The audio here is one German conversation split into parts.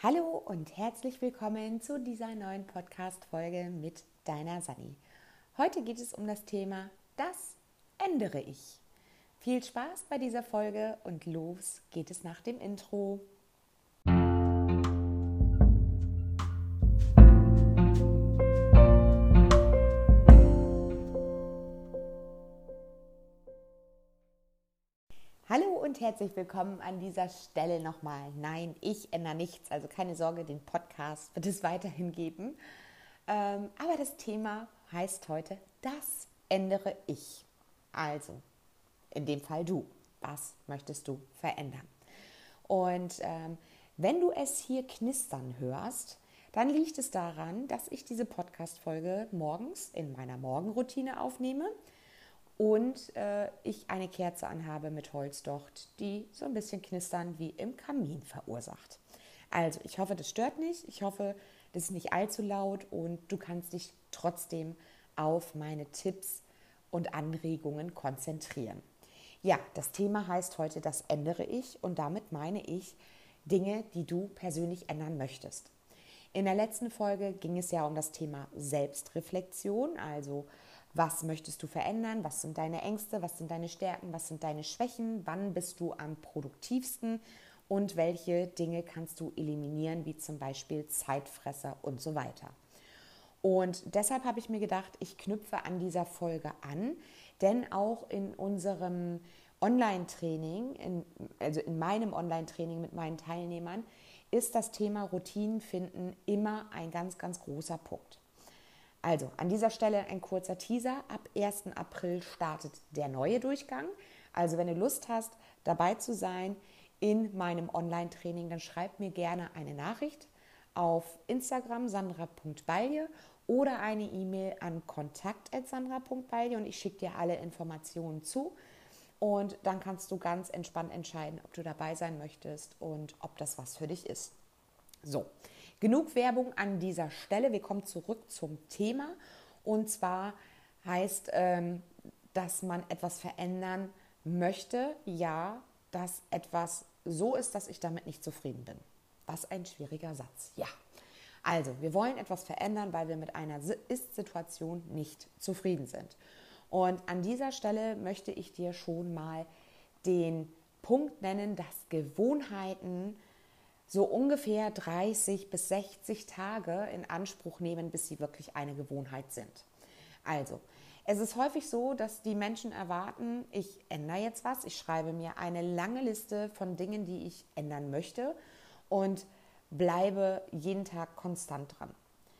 Hallo und herzlich willkommen zu dieser neuen Podcast-Folge mit deiner Sanni. Heute geht es um das Thema Das ändere ich. Viel Spaß bei dieser Folge und los geht es nach dem Intro. Hallo und herzlich willkommen an dieser Stelle nochmal. Nein, ich ändere nichts, also keine Sorge, den Podcast wird es weiterhin geben. Aber das Thema heißt heute, das ändere ich. Also, in dem Fall du. Was möchtest du verändern? Und wenn du es hier knistern hörst, dann liegt es daran, dass ich diese Podcast-Folge morgens in meiner Morgenroutine aufnehme und ich eine Kerze anhabe mit Holzdocht, die so ein bisschen Knistern wie im Kamin verursacht. Also ich hoffe, das stört nicht. Ich hoffe, das ist nicht allzu laut und du kannst dich trotzdem auf meine Tipps und Anregungen konzentrieren. Ja, das Thema heißt heute, das ändere ich und damit meine ich Dinge, die du persönlich ändern möchtest. In der letzten Folge ging es ja um das Thema Selbstreflexion, also was möchtest du verändern, was sind deine Ängste, was sind deine Stärken, was sind deine Schwächen, wann bist du am produktivsten und welche Dinge kannst du eliminieren, wie zum Beispiel Zeitfresser und so weiter. Und deshalb habe ich mir gedacht, ich knüpfe an dieser Folge an, denn auch in unserem Online-Training, also in meinem Online-Training mit meinen Teilnehmern, ist das Thema Routinen finden immer ein ganz, ganz großer Punkt. Also an dieser Stelle ein kurzer Teaser. Ab 1. April startet der neue Durchgang. Also wenn du Lust hast, dabei zu sein in meinem Online-Training, dann schreib mir gerne eine Nachricht auf Instagram sandra.balje oder eine E-Mail an kontakt@sandra.balje und ich schicke dir alle Informationen zu. Und dann kannst du ganz entspannt entscheiden, ob du dabei sein möchtest und ob das was für dich ist. So, genug Werbung an dieser Stelle. Wir kommen zurück zum Thema. Und zwar heißt, dass man etwas verändern möchte, ja, dass etwas so ist, dass ich damit nicht zufrieden bin. Was ein schwieriger Satz, ja. Also, wir wollen etwas verändern, weil wir mit einer Ist-Situation nicht zufrieden sind. Und an dieser Stelle möchte ich dir schon mal den Punkt nennen, dass Gewohnheiten so ungefähr 30 bis 60 Tage in Anspruch nehmen, bis sie wirklich eine Gewohnheit sind. Also, es ist häufig so, dass die Menschen erwarten, ich ändere jetzt was, ich schreibe mir eine lange Liste von Dingen, die ich ändern möchte und bleibe jeden Tag konstant dran.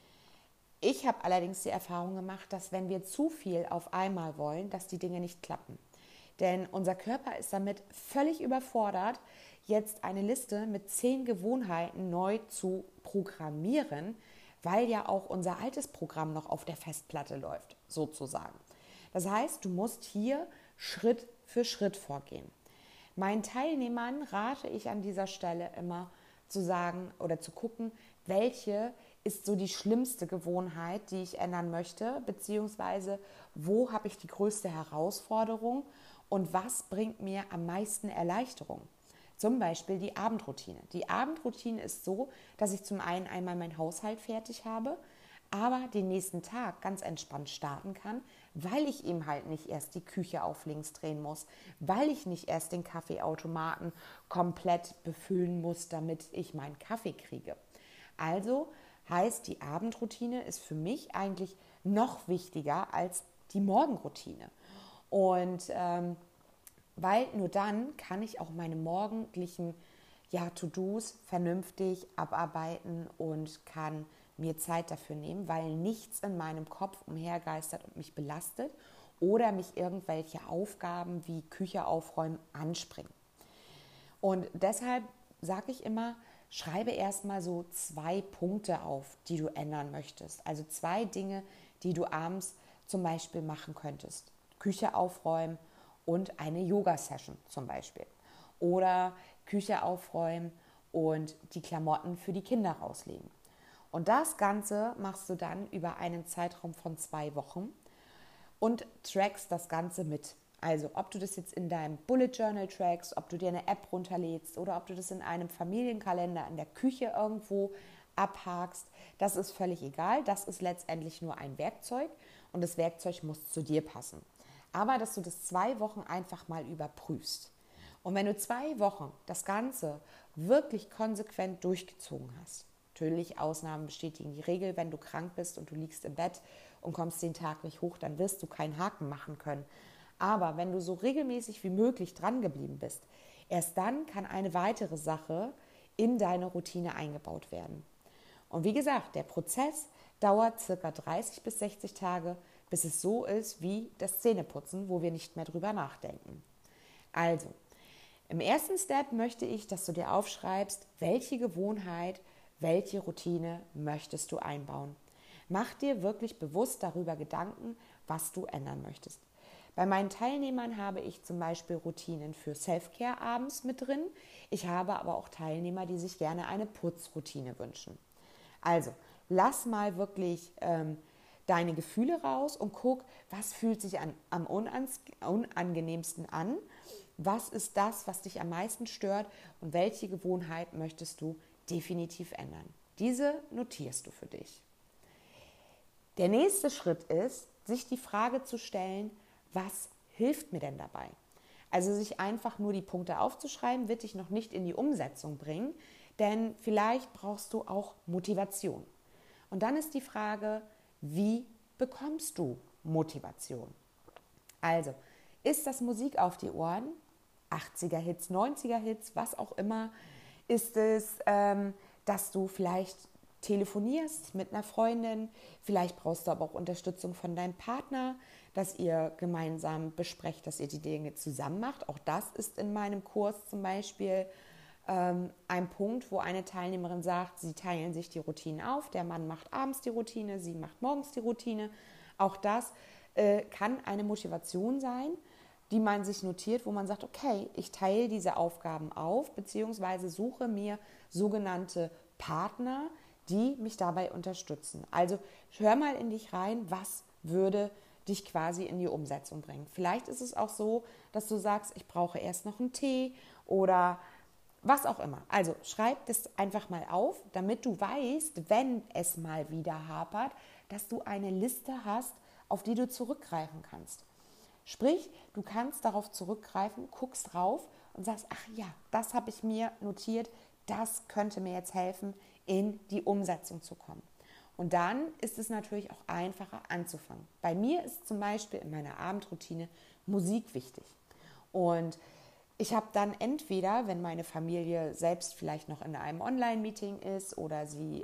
Ich habe allerdings die Erfahrung gemacht, dass wenn wir zu viel auf einmal wollen, dass die Dinge nicht klappen. Denn unser Körper ist damit völlig überfordert, jetzt eine Liste mit 10 Gewohnheiten neu zu programmieren, weil ja auch unser altes Programm noch auf der Festplatte läuft, sozusagen. Das heißt, du musst hier Schritt für Schritt vorgehen. Meinen Teilnehmern rate ich an dieser Stelle immer zu sagen oder zu gucken, welche ist so die schlimmste Gewohnheit, die ich ändern möchte, beziehungsweise wo habe ich die größte Herausforderung und was bringt mir am meisten Erleichterung. Zum Beispiel die Abendroutine. Die Abendroutine ist so, dass ich zum einen einmal meinen Haushalt fertig habe, aber den nächsten Tag ganz entspannt starten kann, weil ich eben halt nicht erst die Küche auf links drehen muss, weil ich nicht erst den Kaffeeautomaten komplett befüllen muss, damit ich meinen Kaffee kriege. Also heißt, die Abendroutine ist für mich eigentlich noch wichtiger als die Morgenroutine. Und weil nur dann kann ich auch meine morgendlichen To-Dos vernünftig abarbeiten und kann mir Zeit dafür nehmen, weil nichts in meinem Kopf umhergeistert und mich belastet oder mich irgendwelche Aufgaben wie Küche aufräumen anspringen. Und deshalb sage ich immer, schreibe erstmal so 2 Punkte auf, die du ändern möchtest. Also 2 Dinge, die du abends zum Beispiel machen könntest. Küche aufräumen und eine Yoga-Session zum Beispiel. Oder Küche aufräumen und die Klamotten für die Kinder rauslegen. Und das Ganze machst du dann über einen Zeitraum von 2 Wochen und trackst das Ganze mit. Also ob du das jetzt in deinem Bullet Journal trackst, ob du dir eine App runterlädst oder ob du das in einem Familienkalender in der Küche irgendwo abhakst, das ist völlig egal. Das ist letztendlich nur ein Werkzeug und das Werkzeug muss zu dir passen. Aber dass du das 2 Wochen einfach mal überprüfst. Und wenn du 2 Wochen das Ganze wirklich konsequent durchgezogen hast, natürlich Ausnahmen bestätigen die Regel, wenn du krank bist und du liegst im Bett und kommst den Tag nicht hoch, dann wirst du keinen Haken machen können. Aber wenn du so regelmäßig wie möglich dran geblieben bist, erst dann kann eine weitere Sache in deine Routine eingebaut werden. Und wie gesagt, der Prozess dauert ca. 30 bis 60 Tage, bis es so ist wie das Zähneputzen, wo wir nicht mehr drüber nachdenken. Also, im ersten Step möchte ich, dass du dir aufschreibst, welche Gewohnheit, welche Routine möchtest du einbauen. Mach dir wirklich bewusst darüber Gedanken, was du ändern möchtest. Bei meinen Teilnehmern habe ich zum Beispiel Routinen für Self-Care abends mit drin. Ich habe aber auch Teilnehmer, die sich gerne eine Putzroutine wünschen. Also, lass mal wirklich deine Gefühle raus und guck, was fühlt sich am unangenehmsten an, was ist das, was dich am meisten stört und welche Gewohnheit möchtest du definitiv ändern. Diese notierst du für dich. Der nächste Schritt ist, sich die Frage zu stellen, was hilft mir denn dabei? Also sich einfach nur die Punkte aufzuschreiben, wird dich noch nicht in die Umsetzung bringen, denn vielleicht brauchst du auch Motivation. Und dann ist die Frage, wie bekommst du Motivation? Also, ist das Musik auf die Ohren? 80er-Hits, 90er-Hits, was auch immer. Ist es, dass du vielleicht telefonierst mit einer Freundin? Vielleicht brauchst du aber auch Unterstützung von deinem Partner, dass ihr gemeinsam besprecht, dass ihr die Dinge zusammen macht. Auch das ist in meinem Kurs zum Beispiel ein Punkt, wo eine Teilnehmerin sagt, sie teilen sich die Routinen auf. Der Mann macht abends die Routine, sie macht morgens die Routine. Auch das kann eine Motivation sein, die man sich notiert, wo man sagt, okay, ich teile diese Aufgaben auf, beziehungsweise suche mir sogenannte Partner, die mich dabei unterstützen. Also hör mal in dich rein, was würde dich quasi in die Umsetzung bringen. Vielleicht ist es auch so, dass du sagst, ich brauche erst noch einen Tee oder was auch immer. Also schreib das einfach mal auf, damit du weißt, wenn es mal wieder hapert, dass du eine Liste hast, auf die du zurückgreifen kannst. Sprich, du kannst darauf zurückgreifen, guckst drauf und sagst, ach ja, das habe ich mir notiert, das könnte mir jetzt helfen, in die Umsetzung zu kommen. Und dann ist es natürlich auch einfacher anzufangen. Bei mir ist zum Beispiel in meiner Abendroutine Musik wichtig. Und ich habe dann entweder, wenn meine Familie selbst vielleicht noch in einem Online-Meeting ist oder sie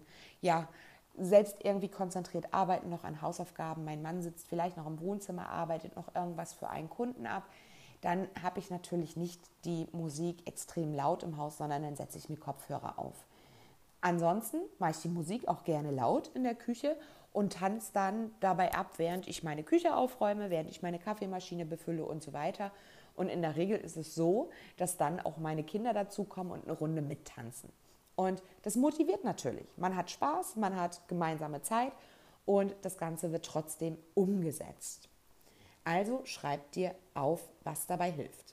selbst irgendwie konzentriert arbeiten, noch an Hausaufgaben, mein Mann sitzt vielleicht noch im Wohnzimmer, arbeitet noch irgendwas für einen Kunden ab, dann habe ich natürlich nicht die Musik extrem laut im Haus, sondern dann setze ich mir Kopfhörer auf. Ansonsten mache ich die Musik auch gerne laut in der Küche und tanze dann dabei ab, während ich meine Küche aufräume, während ich meine Kaffeemaschine befülle und so weiter. Und in der Regel ist es so, dass dann auch meine Kinder dazukommen und eine Runde mittanzen. Und das motiviert natürlich. Man hat Spaß, man hat gemeinsame Zeit und das Ganze wird trotzdem umgesetzt. Also schreib dir auf, was dabei hilft.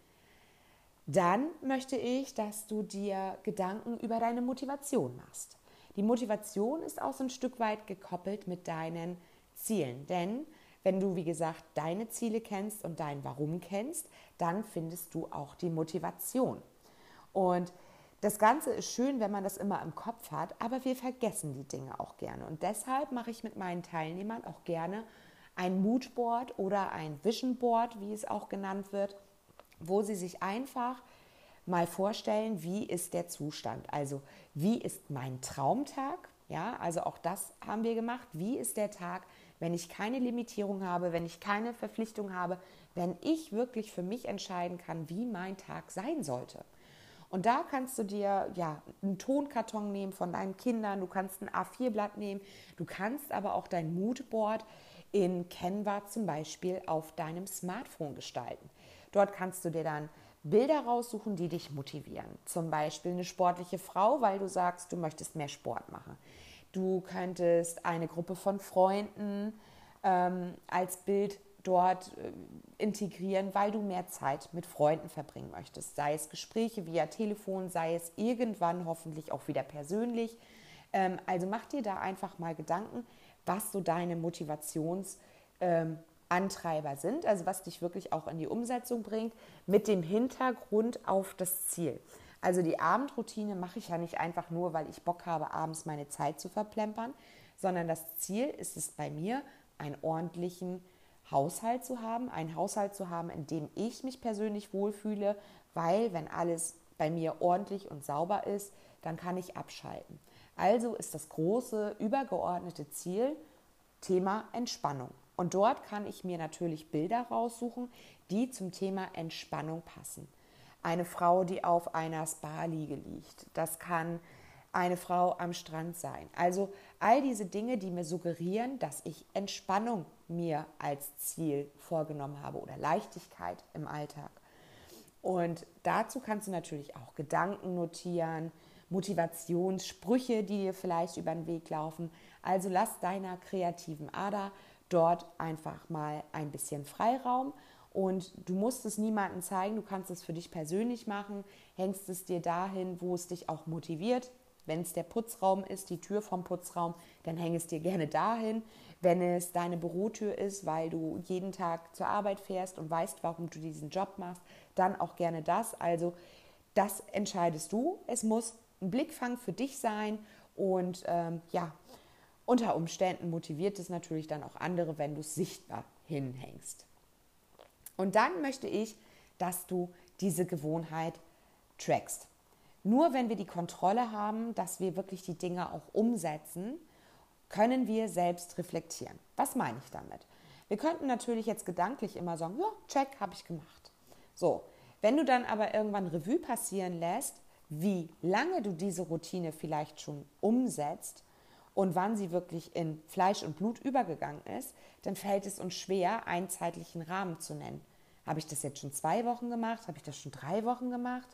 Dann möchte ich, dass du dir Gedanken über deine Motivation machst. Die Motivation ist auch so ein Stück weit gekoppelt mit deinen Zielen. Denn wenn du, wie gesagt, deine Ziele kennst und dein Warum kennst, dann findest du auch die Motivation. Und das Ganze ist schön, wenn man das immer im Kopf hat, aber wir vergessen die Dinge auch gerne. Und deshalb mache ich mit meinen Teilnehmern auch gerne ein Moodboard oder ein Vision Board, wie es auch genannt wird, wo sie sich einfach mal vorstellen, wie ist der Zustand. Also wie ist mein Traumtag? Ja, also auch das haben wir gemacht. Wie ist der Tag, wenn ich keine Limitierung habe, wenn ich keine Verpflichtung habe, wenn ich wirklich für mich entscheiden kann, wie mein Tag sein sollte. Und da kannst du dir einen Tonkarton nehmen von deinen Kindern, du kannst ein A4-Blatt nehmen, du kannst aber auch dein Moodboard in Canva zum Beispiel auf deinem Smartphone gestalten. Dort kannst du dir dann Bilder raussuchen, die dich motivieren. Zum Beispiel eine sportliche Frau, weil du sagst, du möchtest mehr Sport machen. Du könntest eine Gruppe von Freunden als Bild dort integrieren, weil du mehr Zeit mit Freunden verbringen möchtest. Sei es Gespräche via Telefon, sei es irgendwann hoffentlich auch wieder persönlich. Also mach dir da einfach mal Gedanken, was so deine Motivationsantreiber sind, also was dich wirklich auch in die Umsetzung bringt, mit dem Hintergrund auf das Ziel. Also die Abendroutine mache ich ja nicht einfach nur, weil ich Bock habe, abends meine Zeit zu verplempern, sondern das Ziel ist es bei mir, einen ordentlichen Haushalt zu haben, in dem ich mich persönlich wohlfühle, weil wenn alles bei mir ordentlich und sauber ist, dann kann ich abschalten. Also ist das große, übergeordnete Ziel Thema Entspannung. Und dort kann ich mir natürlich Bilder raussuchen, die zum Thema Entspannung passen. Eine Frau, die auf einer Spa-Liege liegt. Das kann eine Frau am Strand sein. Also all diese Dinge, die mir suggerieren, dass ich Entspannung mir als Ziel vorgenommen habe oder Leichtigkeit im Alltag. Und dazu kannst du natürlich auch Gedanken notieren, Motivationssprüche, die dir vielleicht über den Weg laufen. Also lass deiner kreativen Ader dort einfach mal ein bisschen Freiraum. Und du musst es niemandem zeigen, du kannst es für dich persönlich machen, hängst es dir dahin, wo es dich auch motiviert. Wenn es der Putzraum ist, die Tür vom Putzraum, dann häng es dir gerne dahin. Wenn es deine Bürotür ist, weil du jeden Tag zur Arbeit fährst und weißt, warum du diesen Job machst, dann auch gerne das. Also das entscheidest du. Es muss ein Blickfang für dich sein und unter Umständen motiviert es natürlich dann auch andere, wenn du es sichtbar hinhängst. Und dann möchte ich, dass du diese Gewohnheit trackst. Nur wenn wir die Kontrolle haben, dass wir wirklich die Dinge auch umsetzen, können wir selbst reflektieren. Was meine ich damit? Wir könnten natürlich jetzt gedanklich immer sagen, ja, check, habe ich gemacht. So, wenn du dann aber irgendwann Revue passieren lässt, wie lange du diese Routine vielleicht schon umsetzt und wann sie wirklich in Fleisch und Blut übergegangen ist, dann fällt es uns schwer, einen zeitlichen Rahmen zu nennen. Habe ich das jetzt schon 2 Wochen gemacht? Habe ich das schon 3 Wochen gemacht?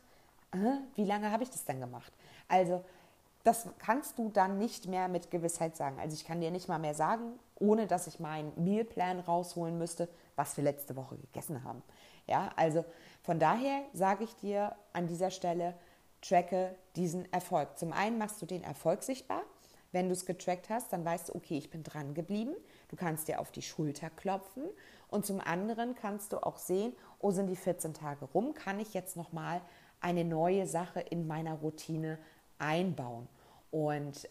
Wie lange habe ich das denn gemacht? Also das kannst du dann nicht mehr mit Gewissheit sagen. Also ich kann dir nicht mal mehr sagen, ohne dass ich meinen Mealplan rausholen müsste, was wir letzte Woche gegessen haben. Ja, also von daher sage ich dir an dieser Stelle, tracke diesen Erfolg. Zum einen machst du den Erfolg sichtbar. Wenn du es getrackt hast, dann weißt du, okay, ich bin dran geblieben. Du kannst dir auf die Schulter klopfen. Und zum anderen kannst du auch sehen, oh, sind die 14 Tage rum, kann ich jetzt nochmal eine neue Sache in meiner Routine einbauen. Und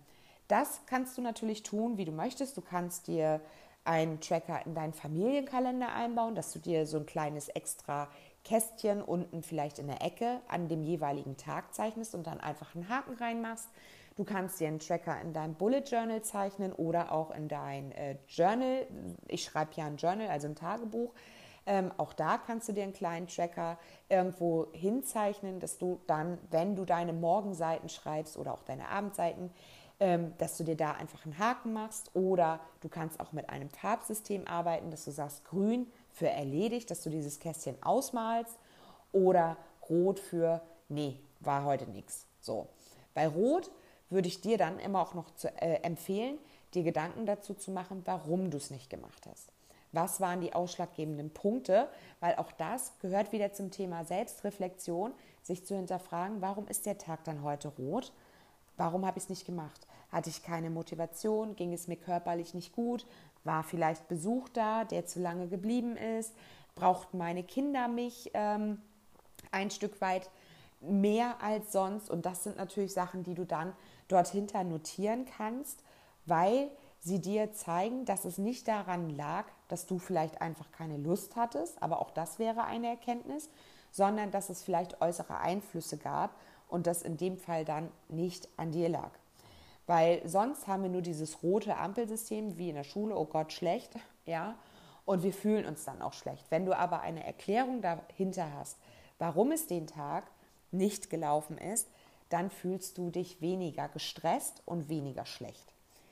das kannst du natürlich tun, wie du möchtest. Du kannst dir einen Tracker in deinen Familienkalender einbauen, dass du dir so ein kleines extra Kästchen unten vielleicht in der Ecke an dem jeweiligen Tag zeichnest und dann einfach einen Haken reinmachst. Du kannst dir einen Tracker in deinem Bullet Journal zeichnen oder auch in dein Journal. Ich schreibe ja ein Journal, also ein Tagebuch. Auch da kannst du dir einen kleinen Tracker irgendwo hinzeichnen, dass du dann, wenn du deine Morgenseiten schreibst oder auch deine Abendseiten, dass du dir da einfach einen Haken machst. Oder du kannst auch mit einem Farbsystem arbeiten, dass du sagst grün für erledigt, dass du dieses Kästchen ausmalst, oder rot für nee, war heute nichts. So. Bei rot würde ich dir dann immer auch noch empfehlen, dir Gedanken dazu zu machen, warum du es nicht gemacht hast. Was waren die ausschlaggebenden Punkte? Weil auch das gehört wieder zum Thema Selbstreflexion, sich zu hinterfragen, warum ist der Tag dann heute rot? Warum habe ich es nicht gemacht? Hatte ich keine Motivation? Ging es mir körperlich nicht gut? War vielleicht Besuch da, der zu lange geblieben ist? Brauchten meine Kinder mich ein Stück weit mehr als sonst? Und das sind natürlich Sachen, die du dann dort hinter notieren kannst, weil sie dir zeigen, dass es nicht daran lag, dass du vielleicht einfach keine Lust hattest, aber auch das wäre eine Erkenntnis, sondern dass es vielleicht äußere Einflüsse gab und das in dem Fall dann nicht an dir lag. Weil sonst haben wir nur dieses rote Ampelsystem wie in der Schule, oh Gott, schlecht, ja, und wir fühlen uns dann auch schlecht. Wenn du aber eine Erklärung dahinter hast, warum es den Tag nicht gelaufen ist, dann fühlst du dich weniger gestresst und weniger schlecht.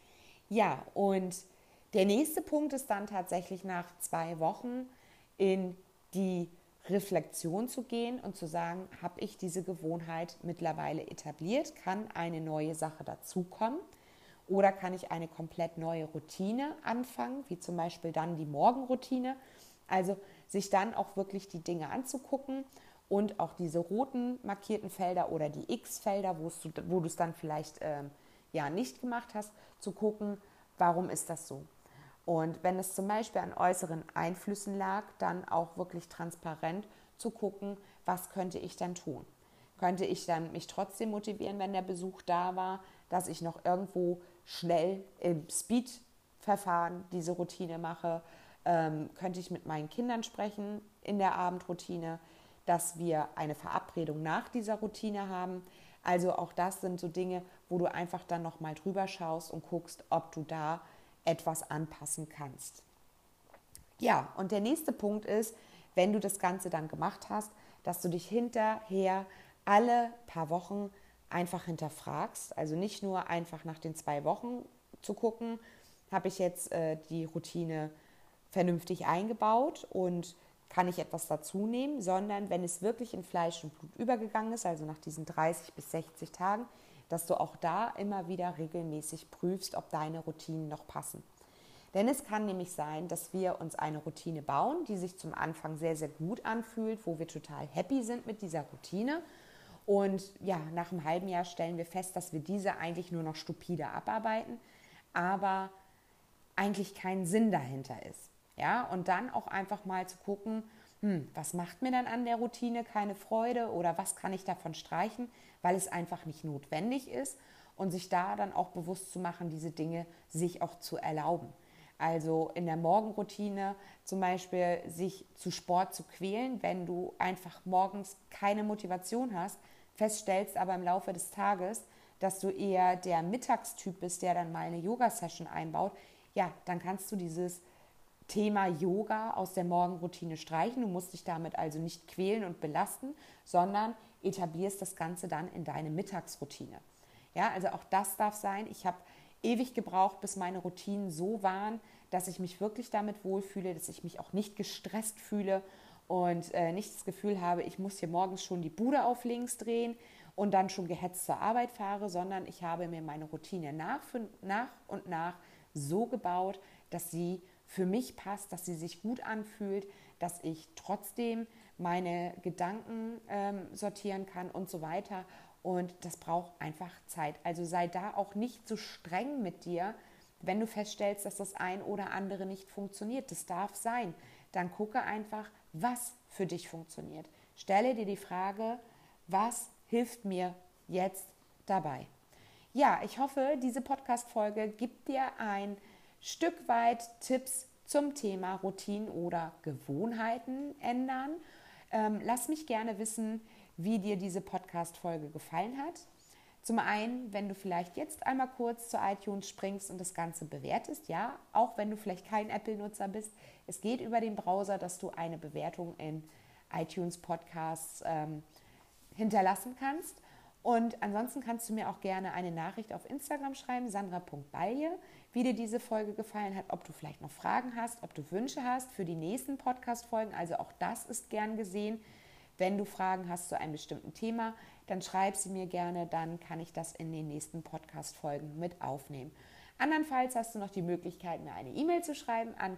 Ja, und der nächste Punkt ist dann tatsächlich nach 2 Wochen in die Reflexion zu gehen und zu sagen, habe ich diese Gewohnheit mittlerweile etabliert, kann eine neue Sache dazukommen Oder kann ich eine komplett neue Routine anfangen, wie zum Beispiel dann die Morgenroutine. Also sich dann auch wirklich die Dinge anzugucken und auch diese roten markierten Felder oder die X-Felder, wo du es dann vielleicht nicht gemacht hast, zu gucken, warum ist das so. Und wenn es zum Beispiel an äußeren Einflüssen lag, dann auch wirklich transparent zu gucken, was könnte ich dann tun. Könnte ich dann mich trotzdem motivieren, wenn der Besuch da war, dass ich noch irgendwo schnell im Speed-Verfahren diese Routine mache? Könnte ich mit meinen Kindern sprechen in der Abendroutine, dass wir eine Verabredung nach dieser Routine haben? Also auch das sind so Dinge, wo du einfach dann nochmal drüber schaust und guckst, ob du da etwas anpassen kannst. Ja, und der nächste Punkt ist, wenn du das Ganze dann gemacht hast, dass du dich hinterher alle paar Wochen einfach hinterfragst. Also nicht nur einfach nach den 2 Wochen zu gucken, habe ich jetzt die Routine vernünftig eingebaut und kann ich etwas dazu nehmen, sondern wenn es wirklich in Fleisch und Blut übergegangen ist, also nach diesen 30 bis 60 Tagen, dass du auch da immer wieder regelmäßig prüfst, ob deine Routinen noch passen. Denn es kann nämlich sein, dass wir uns eine Routine bauen, die sich zum Anfang sehr, sehr gut anfühlt, wo wir total happy sind mit dieser Routine. Und ja, nach einem halben Jahr stellen wir fest, dass wir diese eigentlich nur noch stupide abarbeiten, aber eigentlich kein Sinn dahinter ist. Ja, und dann auch einfach mal zu gucken, was macht mir dann an der Routine keine Freude oder was kann ich davon streichen, weil es einfach nicht notwendig ist und sich da dann auch bewusst zu machen, diese Dinge sich auch zu erlauben. Also in der Morgenroutine zum Beispiel sich zu Sport zu quälen, wenn du einfach morgens keine Motivation hast, feststellst aber im Laufe des Tages, dass du eher der Mittagstyp bist, der dann mal eine Yoga-Session einbaut, ja, dann kannst du dieses Thema Yoga aus der Morgenroutine streichen. Du musst dich damit also nicht quälen und belasten, sondern etablierst das Ganze dann in deine Mittagsroutine. Ja, also auch das darf sein. Ich habe ewig gebraucht, bis meine Routinen so waren, dass ich mich wirklich damit wohlfühle, dass ich mich auch nicht gestresst fühle und nicht das Gefühl habe, ich muss hier morgens schon die Bude auf links drehen und dann schon gehetzt zur Arbeit fahre, sondern ich habe mir meine Routine nach und nach so gebaut, dass sie für mich passt, dass sie sich gut anfühlt, dass ich trotzdem meine Gedanken sortieren kann und so weiter. Und das braucht einfach Zeit. Also sei da auch nicht so streng mit dir, wenn du feststellst, dass das ein oder andere nicht funktioniert. Das darf sein. Dann gucke einfach, was für dich funktioniert. Stelle dir die Frage, was hilft mir jetzt dabei? Ja, ich hoffe, diese Podcast-Folge gibt dir ein Stück weit Tipps zum Thema Routinen oder Gewohnheiten ändern. Lass mich gerne wissen, wie dir diese Podcast-Folge gefallen hat. Zum einen, wenn du vielleicht jetzt einmal kurz zu iTunes springst und das Ganze bewertest, ja, auch wenn du vielleicht kein Apple-Nutzer bist, es geht über den Browser, dass du eine Bewertung in iTunes Podcasts hinterlassen kannst. Und ansonsten kannst du mir auch gerne eine Nachricht auf Instagram schreiben, sandra.balje, wie dir diese Folge gefallen hat, ob du vielleicht noch Fragen hast, ob du Wünsche hast für die nächsten Podcast-Folgen. Also auch das ist gern gesehen. Wenn du Fragen hast zu einem bestimmten Thema, dann schreib sie mir gerne, dann kann ich das in den nächsten Podcast-Folgen mit aufnehmen. Andernfalls hast du noch die Möglichkeit, mir eine E-Mail zu schreiben an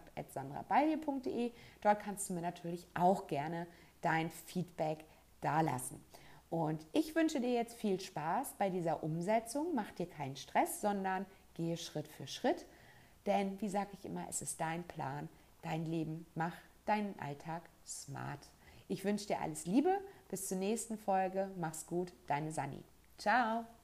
kontakt@sandrabalje.de. Dort kannst du mir natürlich auch gerne dein Feedback dalassen. Und ich wünsche dir jetzt viel Spaß bei dieser Umsetzung. Mach dir keinen Stress, sondern gehe Schritt für Schritt. Denn, wie sage ich immer, es ist dein Plan, dein Leben, mach deinen Alltag smart. Ich wünsche dir alles Liebe. Bis zur nächsten Folge. Mach's gut, deine Sanni. Ciao.